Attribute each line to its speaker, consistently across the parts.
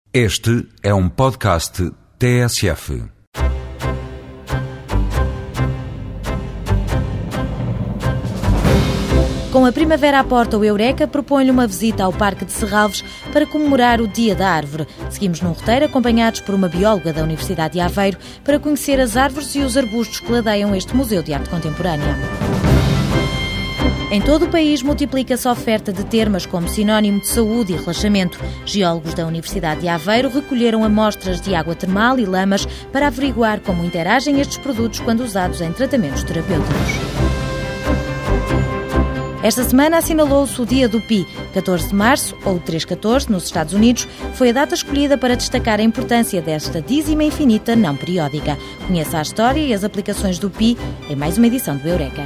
Speaker 1: Este é um podcast TSF.
Speaker 2: Com a primavera à porta, o Eureka propõe-lhe uma visita ao Parque de Serralves para comemorar o Dia da Árvore. Seguimos num roteiro acompanhados por uma bióloga da Universidade de Aveiro para conhecer as árvores e os arbustos que ladeiam este Museu de Arte Contemporânea. Em todo o país multiplica-se a oferta de termas como sinónimo de saúde e relaxamento. Geólogos da Universidade de Aveiro recolheram amostras de água termal e lamas para averiguar como interagem estes produtos quando usados em tratamentos terapêuticos. Esta semana assinalou-se o Dia do Pi. 14 de março, ou 314, nos Estados Unidos, foi a data escolhida para destacar a importância desta dízima infinita não periódica. Conheça a história e as aplicações do Pi em mais uma edição do Eureka.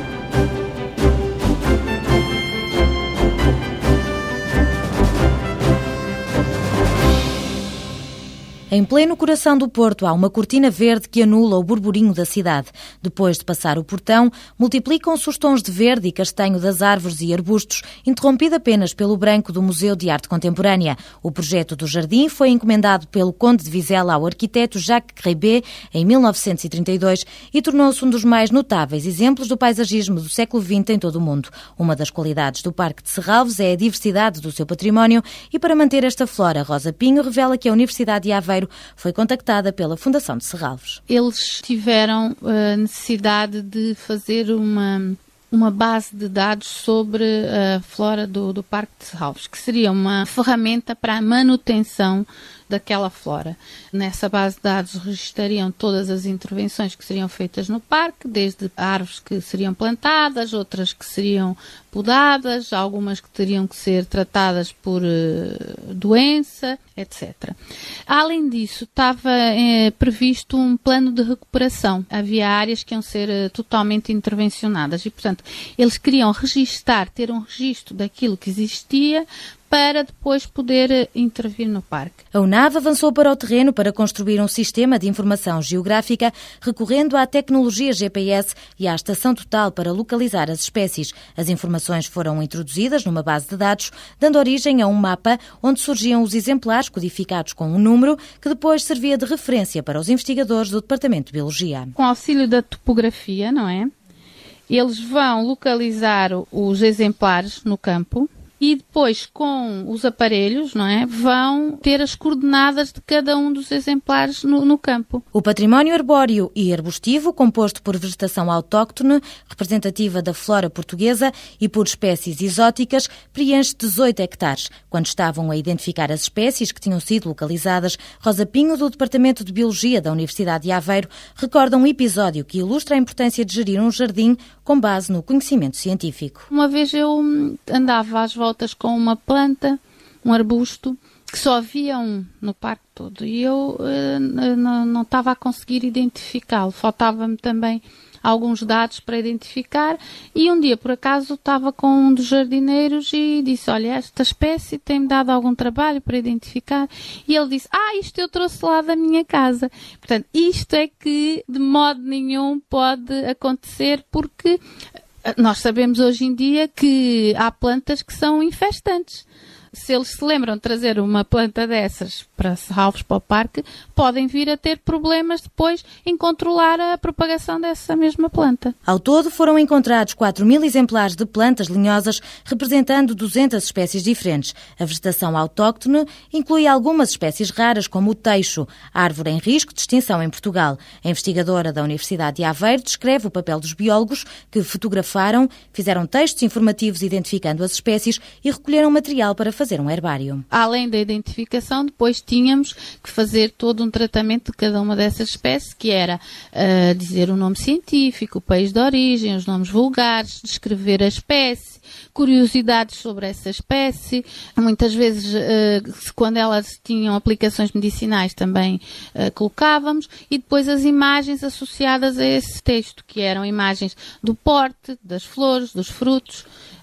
Speaker 2: Em pleno coração do Porto há uma cortina verde que anula o burburinho da cidade. Depois de passar o portão, multiplicam-se os tons de verde e castanho das árvores e arbustos, interrompido apenas pelo branco do Museu de Arte Contemporânea. O projeto do jardim foi encomendado pelo Conde de Vizela ao arquiteto Jacques Greibet em 1932 e tornou-se um dos mais notáveis exemplos do paisagismo do século XX em todo o mundo. Uma das qualidades do Parque de Serralves é a diversidade do seu património e para manter esta flora, Rosa Pinho revela que a Universidade de Aveiro foi contactada pela Fundação de Serralves.
Speaker 3: Eles tiveram a necessidade de fazer uma base de dados sobre a flora do Parque de Serralves, que seria uma ferramenta para a manutenção daquela flora. Nessa base de dados registrariam todas as intervenções que seriam feitas no parque, desde árvores que seriam plantadas, outras que seriam podadas, algumas que teriam que ser tratadas por doença, etc. Além disso, estava previsto um plano de recuperação. Havia áreas que iam ser totalmente intervencionadas e, portanto, eles queriam registar, ter um registro daquilo que existia para depois poder intervir no parque.
Speaker 2: A UNAV avançou para o terreno para construir um sistema de informação geográfica recorrendo à tecnologia GPS e à estação total para localizar as espécies. As informações foram introduzidas numa base de dados, dando origem a um mapa onde surgiam os exemplares codificados com um número que depois servia de referência para os investigadores do Departamento de Biologia.
Speaker 3: Com auxílio da topografia, não é? Eles vão localizar os exemplares no campo e depois, com os aparelhos, não é, vão ter as coordenadas de cada um dos exemplares no campo.
Speaker 2: O património arbóreo e arbustivo, composto por vegetação autóctone, representativa da flora portuguesa, e por espécies exóticas, preenche 18 hectares. Quando estavam a identificar as espécies que tinham sido localizadas, Rosa Pinho, do Departamento de Biologia da Universidade de Aveiro, recorda um episódio que ilustra a importância de gerir um jardim com base no conhecimento científico.
Speaker 3: Uma vez eu andava às voltas com uma planta, um arbusto, que só havia um no parque todo e eu não estava a conseguir identificá-lo. Faltava-me também alguns dados para identificar e um dia, por acaso, estava com um dos jardineiros e disse, olha, esta espécie tem-me dado algum trabalho para identificar. E ele disse, isto eu trouxe lá da minha casa. Portanto, isto é que de modo nenhum pode acontecer porque nós sabemos hoje em dia que há plantas que são infestantes. Se eles se lembram de trazer uma planta dessas para Serralves, para o parque, podem vir a ter problemas depois em controlar a propagação dessa mesma planta.
Speaker 2: Ao todo foram encontrados 4.000 exemplares de plantas linhosas, representando 200 espécies diferentes. A vegetação autóctone inclui algumas espécies raras, como o teixo, árvore em risco de extinção em Portugal. A investigadora da Universidade de Aveiro descreve o papel dos biólogos que fotografaram, fizeram textos informativos identificando as espécies e recolheram material para fazer um herbário.
Speaker 3: Além da identificação, depois tínhamos que fazer todo um tratamento de cada uma dessas espécies, que era dizer o nome científico, o país de origem, os nomes vulgares, descrever a espécie, curiosidades sobre essa espécie. Muitas vezes, quando elas tinham aplicações medicinais, também colocávamos, e depois as imagens associadas a esse texto, que eram imagens do porte, das flores, dos frutos,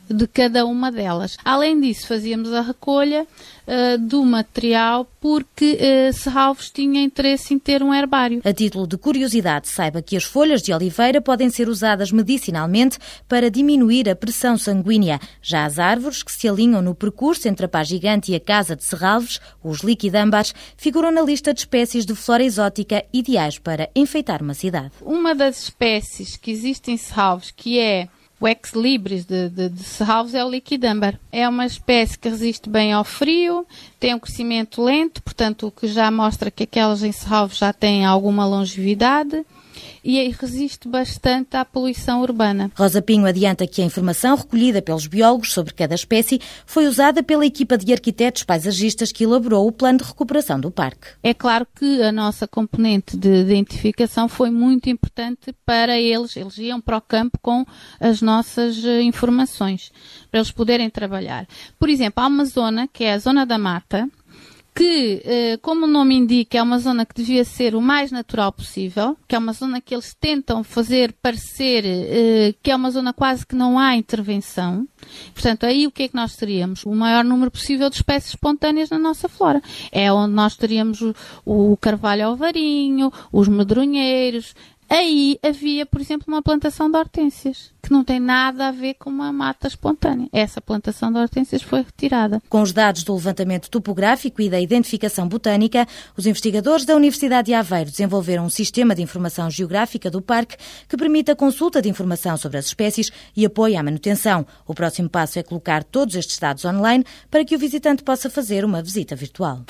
Speaker 3: de cada uma delas. Além disso, fazíamos a recolha do material porque Serralves tinha interesse em ter um herbário.
Speaker 2: A título de curiosidade, saiba que as folhas de oliveira podem ser usadas medicinalmente para diminuir a pressão sanguínea. Já as árvores que se alinham no percurso entre a Pá Gigante e a Casa de Serralves, os liquidâmbares, figuram na lista de espécies de flora exótica ideais para enfeitar uma cidade.
Speaker 3: Uma das espécies que existe em Serralves, que é o ex-libris de Serralves, é o liquidâmbar. É uma espécie que resiste bem ao frio, tem um crescimento lento, portanto, o que já mostra que aquelas em Serralves já têm alguma longevidade e resiste bastante à poluição urbana.
Speaker 2: Rosa Pinho adianta que a informação recolhida pelos biólogos sobre cada espécie foi usada pela equipa de arquitetos paisagistas que elaborou o plano de recuperação do parque.
Speaker 3: É claro que a nossa componente de identificação foi muito importante para eles. Eles iam para o campo com as nossas informações, para eles poderem trabalhar. Por exemplo, há uma zona, que é a Zona da Mata, que, como o nome indica, é uma zona que devia ser o mais natural possível, que é uma zona que eles tentam fazer parecer que é uma zona quase que não há intervenção. Portanto, aí o que é que nós teríamos? O maior número possível de espécies espontâneas na nossa flora. É onde nós teríamos o carvalho alvarinho, os medronheiros. Aí havia, por exemplo, uma plantação de hortênsias, que não tem nada a ver com uma mata espontânea. Essa plantação de hortênsias foi retirada.
Speaker 2: Com os dados do levantamento topográfico e da identificação botânica, os investigadores da Universidade de Aveiro desenvolveram um sistema de informação geográfica do parque que permite a consulta de informação sobre as espécies e apoio à manutenção. O próximo passo é colocar todos estes dados online para que o visitante possa fazer uma visita virtual.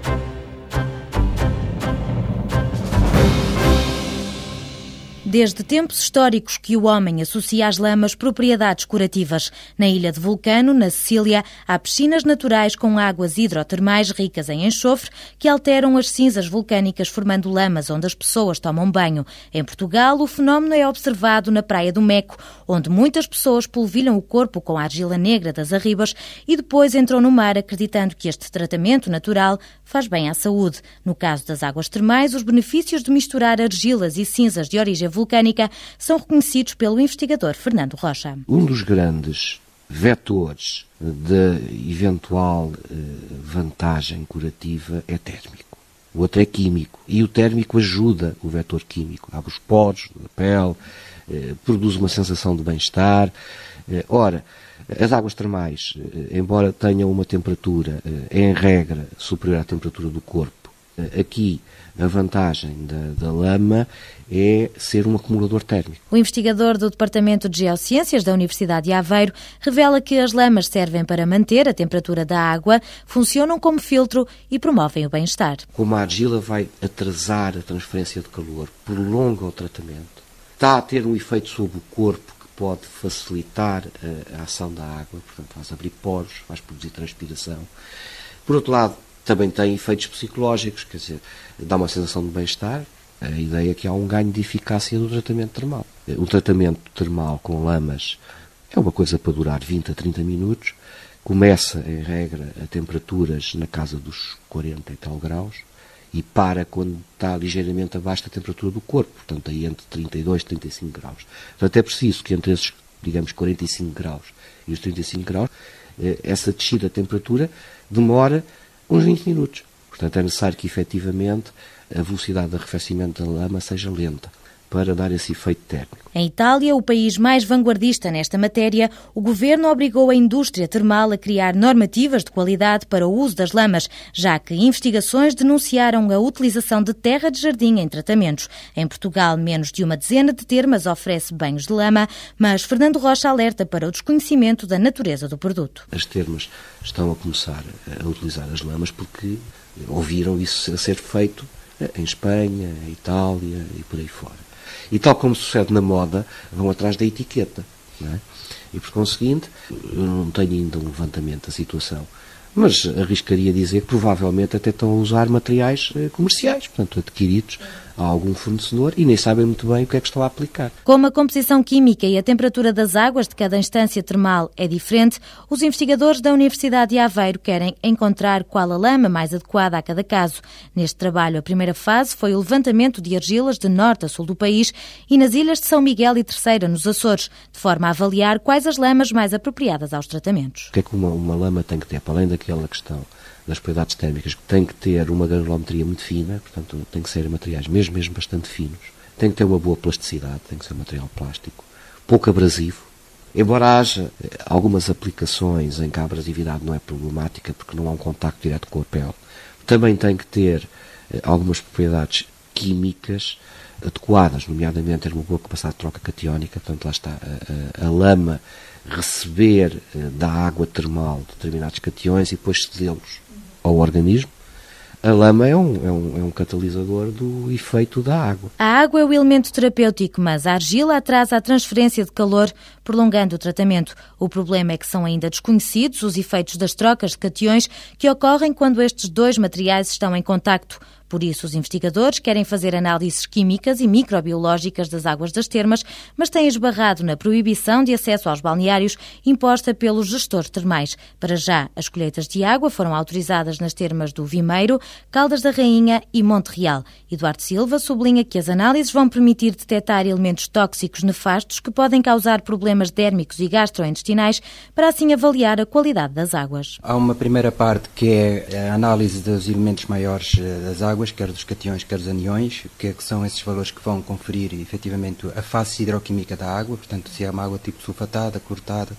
Speaker 2: Desde tempos históricos que o homem associa às lamas propriedades curativas. Na ilha de Vulcano, na Sicília, há piscinas naturais com águas hidrotermais ricas em enxofre que alteram as cinzas vulcânicas formando lamas onde as pessoas tomam banho. Em Portugal, o fenómeno é observado na Praia do Meco, onde muitas pessoas polvilham o corpo com a argila negra das arribas e depois entram no mar acreditando que este tratamento natural faz bem à saúde. No caso das águas termais, os benefícios de misturar argilas e cinzas de origem vulcânica são reconhecidos pelo investigador Fernando Rocha.
Speaker 4: Um dos grandes vetores da eventual vantagem curativa é térmico. O outro é químico. E o térmico ajuda o vetor químico. Abre os poros da pele, produz uma sensação de bem-estar. Ora, as águas termais, embora tenham uma temperatura, em regra, superior à temperatura do corpo, aqui a vantagem da lama é ser um acumulador térmico.
Speaker 2: O investigador do Departamento de Geociências da Universidade de Aveiro revela que as lamas servem para manter a temperatura da água, funcionam como filtro e promovem o bem-estar.
Speaker 4: Como a argila vai atrasar a transferência de calor, prolonga o tratamento, está a ter um efeito sobre o corpo que pode facilitar a ação da água, portanto faz abrir poros, faz produzir transpiração. Por outro lado, também tem efeitos psicológicos, quer dizer, dá uma sensação de bem-estar. A ideia é que há um ganho de eficácia do tratamento termal. O tratamento termal com lamas é uma coisa para durar 20 a 30 minutos. Começa, em regra, a temperaturas na casa dos 40 e tal graus e para quando está ligeiramente abaixo da temperatura do corpo, portanto, aí entre 32 e 35 graus. Portanto, é preciso que entre esses, digamos, 45 graus e os 35 graus, essa descida da temperatura demora uns 20 minutos. Portanto, é necessário que, efetivamente, a velocidade de arrefecimento da lama seja lenta para dar esse efeito térmico.
Speaker 2: Em Itália, o país mais vanguardista nesta matéria, o governo obrigou a indústria termal a criar normativas de qualidade para o uso das lamas, já que investigações denunciaram a utilização de terra de jardim em tratamentos. Em Portugal, menos de uma dezena de termas oferece banhos de lama, mas Fernando Rocha alerta para o desconhecimento da natureza do produto.
Speaker 4: As termas estão a começar a utilizar as lamas porque ouviram isso a ser feito em Espanha, em Itália e por aí fora. E tal como sucede na moda, vão atrás da etiqueta, não é? E por conseguinte, eu não tenho ainda um levantamento da situação, mas arriscaria dizer que provavelmente até estão a usar materiais comerciais, portanto adquiridos a algum fornecedor e nem sabem muito bem o que é que estão a aplicar.
Speaker 2: Como a composição química e a temperatura das águas de cada instância termal é diferente, os investigadores da Universidade de Aveiro querem encontrar qual a lama mais adequada a cada caso. Neste trabalho, a primeira fase foi o levantamento de argilas de norte a sul do país e nas ilhas de São Miguel e Terceira, nos Açores, de forma a avaliar quais as lamas mais apropriadas aos tratamentos.
Speaker 4: O que é que uma lama tem que ter? Para além daquela questão das propriedades térmicas, tem que ter uma granulometria muito fina, portanto tem que ser materiais mesmo bastante finos, tem que ter uma boa plasticidade, tem que ser um material plástico, pouco abrasivo, embora haja algumas aplicações em que a abrasividade não é problemática porque não há um contacto direto com a pele, também tem que ter algumas propriedades químicas adequadas, nomeadamente ter uma boa capacidade de troca catiónica, portanto lá está a lama receber da água termal determinados cationes e depois cedê-los ao organismo. A lama é um catalisador do efeito da água.
Speaker 2: A água é o elemento terapêutico, mas a argila atrasa a transferência de calor, prolongando o tratamento. O problema é que são ainda desconhecidos os efeitos das trocas de cationes que ocorrem quando estes dois materiais estão em contacto. Por isso, os investigadores querem fazer análises químicas e microbiológicas das águas das termas, mas têm esbarrado na proibição de acesso aos balneários imposta pelos gestores termais. Para já, as colheitas de água foram autorizadas nas termas do Vimeiro, Caldas da Rainha e Monte Real. Eduardo Silva sublinha que as análises vão permitir detectar elementos tóxicos nefastos que podem causar problemas dérmicos e gastrointestinais, para assim avaliar a qualidade das águas.
Speaker 5: Há uma primeira parte que é a análise dos elementos maiores das águas, quer dos cationes, quer dos aniões, que são esses valores que vão conferir efetivamente a face hidroquímica da água, portanto se é uma água tipo sulfatada, cloretada.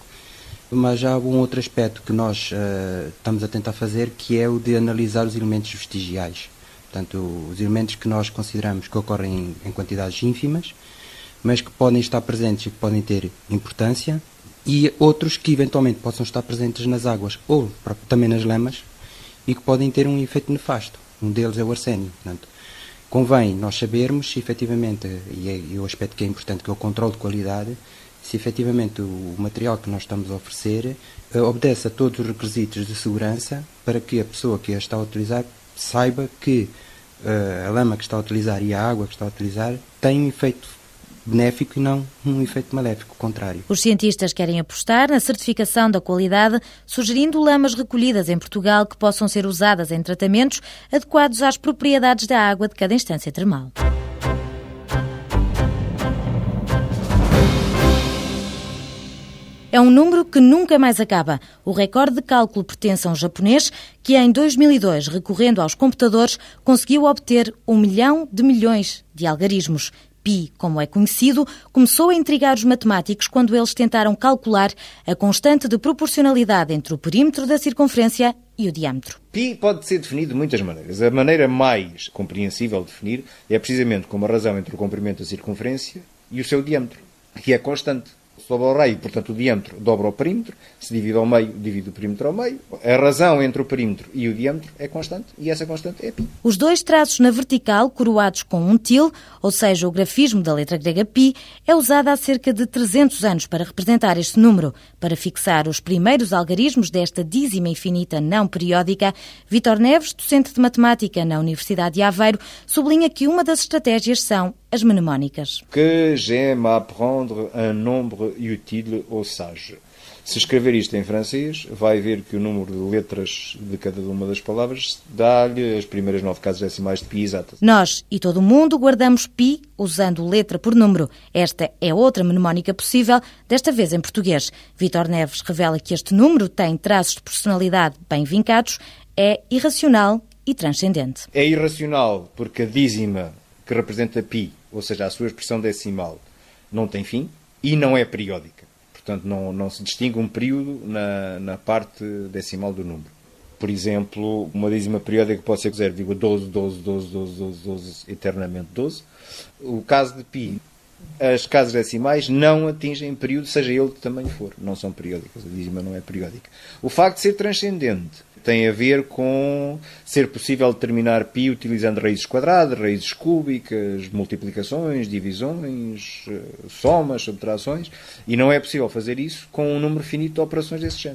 Speaker 5: Mas há um outro aspecto que nós estamos a tentar fazer, que é o de analisar os elementos vestigiais, portanto os elementos que nós consideramos que ocorrem em quantidades ínfimas, mas que podem estar presentes e que podem ter importância, e outros que eventualmente possam estar presentes nas águas ou também nas lamas e que podem ter um efeito nefasto. Um deles é o arsénio. Portanto, convém nós sabermos se efetivamente, e o aspecto que é importante, que é o controle de qualidade, se efetivamente o material que nós estamos a oferecer obedece a todos os requisitos de segurança para que a pessoa que a está a utilizar saiba que a lama que está a utilizar e a água que está a utilizar têm um efeito benéfico e não um efeito maléfico, contrário.
Speaker 2: Os cientistas querem apostar na certificação da qualidade, sugerindo lamas recolhidas em Portugal que possam ser usadas em tratamentos adequados às propriedades da água de cada instância termal. É um número que nunca mais acaba. O recorde de cálculo pertence a um japonês que, em 2002, recorrendo aos computadores, conseguiu obter 1 milhão de milhões de algarismos. Pi, como é conhecido, começou a intrigar os matemáticos quando eles tentaram calcular a constante de proporcionalidade entre o perímetro da circunferência e o diâmetro.
Speaker 6: Pi pode ser definido de muitas maneiras. A maneira mais compreensível de definir é precisamente como a razão entre o comprimento da circunferência e o seu diâmetro, que é constante. Sobre o raio, portanto, o diâmetro dobra o perímetro, se divide ao meio, divide o perímetro ao meio. A razão entre o perímetro e o diâmetro é constante, e essa constante é π.
Speaker 2: Os dois traços na vertical, coroados com um til, ou seja, o grafismo da letra grega π, é usado há cerca de 300 anos para representar este número. Para fixar os primeiros algarismos desta dízima infinita não periódica, Vítor Neves, docente de matemática na Universidade de Aveiro, sublinha que uma das estratégias são as mnemónicas.
Speaker 6: Que j'aime apprendre un nombre utile aux sages. Se escrever isto em francês, vai ver que o número de letras de cada uma das palavras dá-lhe as primeiras 9 casas decimais de pi exatas.
Speaker 2: Nós e todo o mundo guardamos pi usando letra por número. Esta é outra mnemónica possível, desta vez em português. Vítor Neves revela que este número tem traços de personalidade bem vincados, é irracional e transcendente.
Speaker 6: É irracional porque a dízima que representa π, ou seja, a sua expressão decimal, não tem fim e não é periódica. Portanto, não se distingue um período na parte decimal do número. Por exemplo, uma dízima periódica pode ser 0,12, eternamente 12. O caso de π, as casas decimais não atingem período, seja ele de que tamanho for. Não são periódicas, a dízima não é periódica. O facto de ser transcendente tem a ver com ser possível determinar π utilizando raízes quadradas, raízes cúbicas, multiplicações, divisões, somas, subtrações, e não é possível fazer isso com um número finito de operações desse género.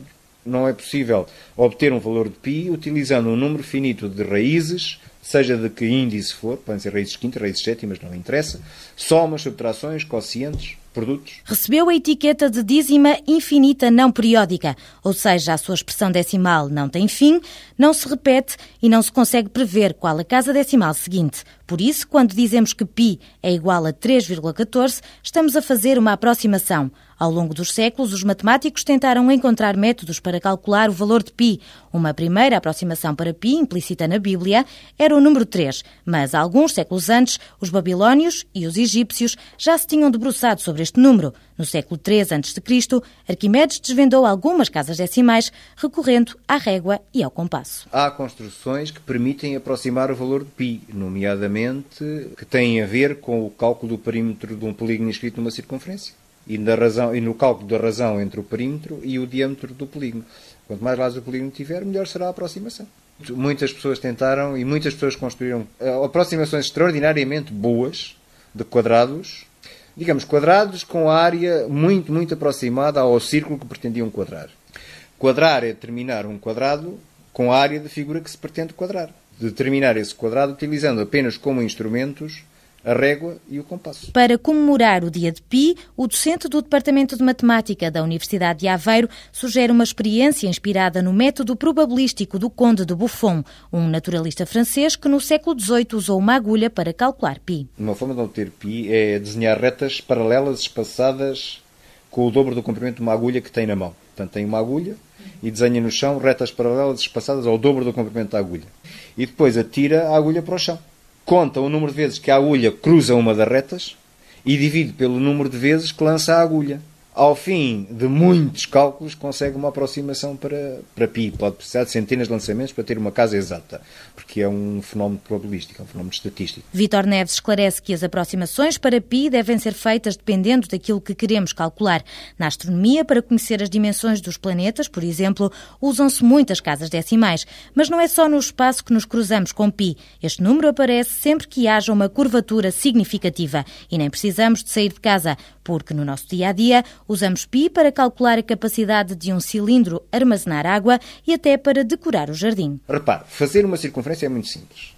Speaker 6: Não é possível obter um valor de π utilizando um número finito de raízes, seja de que índice for, podem ser raízes quintas, raízes sétimas, não interessa, somas, subtrações, quocientes, produtos.
Speaker 2: Recebeu a etiqueta de dízima infinita não periódica, ou seja, a sua expressão decimal não tem fim, não se repete e não se consegue prever qual a casa decimal seguinte. Por isso, quando dizemos que π é igual a 3,14, estamos a fazer uma aproximação. Ao longo dos séculos, os matemáticos tentaram encontrar métodos para calcular o valor de π. Uma primeira aproximação para π, implícita na Bíblia, era o número 3, mas alguns séculos antes, os babilónios e os egípcios já se tinham debruçado sobre este número. No século III a.C., Arquimedes desvendou algumas casas decimais recorrendo à régua e ao compasso.
Speaker 6: Há construções que permitem aproximar o valor de π, nomeadamente que têm a ver com o cálculo do perímetro de um polígono inscrito numa circunferência e no cálculo da razão entre o perímetro e o diâmetro do polígono. Quanto mais lados o polígono tiver, melhor será a aproximação. Muitas pessoas tentaram e muitas pessoas construíram aproximações extraordinariamente boas de quadrados, digamos, quadrados com a área muito, muito aproximada ao círculo que pretendiam quadrar. Quadrar é determinar um quadrado com a área da figura que se pretende quadrar. Determinar esse quadrado utilizando apenas como instrumentos a régua e o compasso.
Speaker 2: Para comemorar o dia de π, o docente do Departamento de Matemática da Universidade de Aveiro sugere uma experiência inspirada no método probabilístico do Conde de Buffon, um naturalista francês que no século XVIII usou uma agulha para calcular π.
Speaker 6: Uma forma de obter π é desenhar retas paralelas espaçadas com o dobro do comprimento de uma agulha que tem na mão. Portanto, tem uma agulha e desenha no chão retas paralelas espaçadas ao dobro do comprimento da agulha. E depois atira a agulha para o chão. Conta o número de vezes que a agulha cruza uma das retas e divide pelo número de vezes que lança a agulha. Ao fim de muitos cálculos, consegue uma aproximação para π. Pode precisar de centenas de lançamentos para ter uma casa exata, porque é um fenómeno probabilístico, é um fenómeno estatístico.
Speaker 2: Vítor Neves esclarece que as aproximações para π devem ser feitas dependendo daquilo que queremos calcular. Na astronomia, para conhecer as dimensões dos planetas, por exemplo, usam-se muitas casas decimais. Mas não é só no espaço que nos cruzamos com π. Este número aparece sempre que haja uma curvatura significativa e nem precisamos de sair de casa, porque no nosso dia-a-dia usamos π para calcular a capacidade de um cilindro armazenar água e até para decorar o jardim.
Speaker 6: Repare, fazer uma circunferência é muito simples.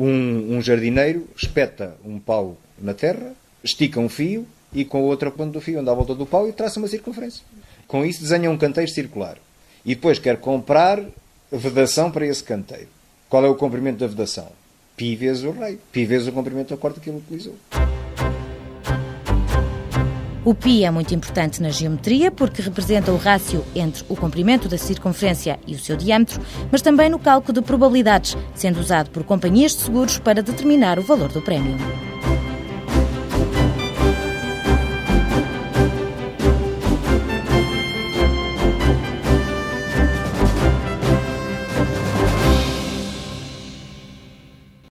Speaker 6: Um jardineiro espeta um pau na terra, estica um fio e com a outra ponta do fio anda à volta do pau e traça uma circunferência. Com isso desenha um canteiro circular. E depois quer comprar vedação para esse canteiro. Qual é o comprimento da vedação? π vezes o raio. π vezes o comprimento da corda que ele utilizou.
Speaker 2: O π é muito importante na geometria porque representa o rácio entre o comprimento da circunferência e o seu diâmetro, mas também no cálculo de probabilidades, sendo usado por companhias de seguros para determinar o valor do prémio.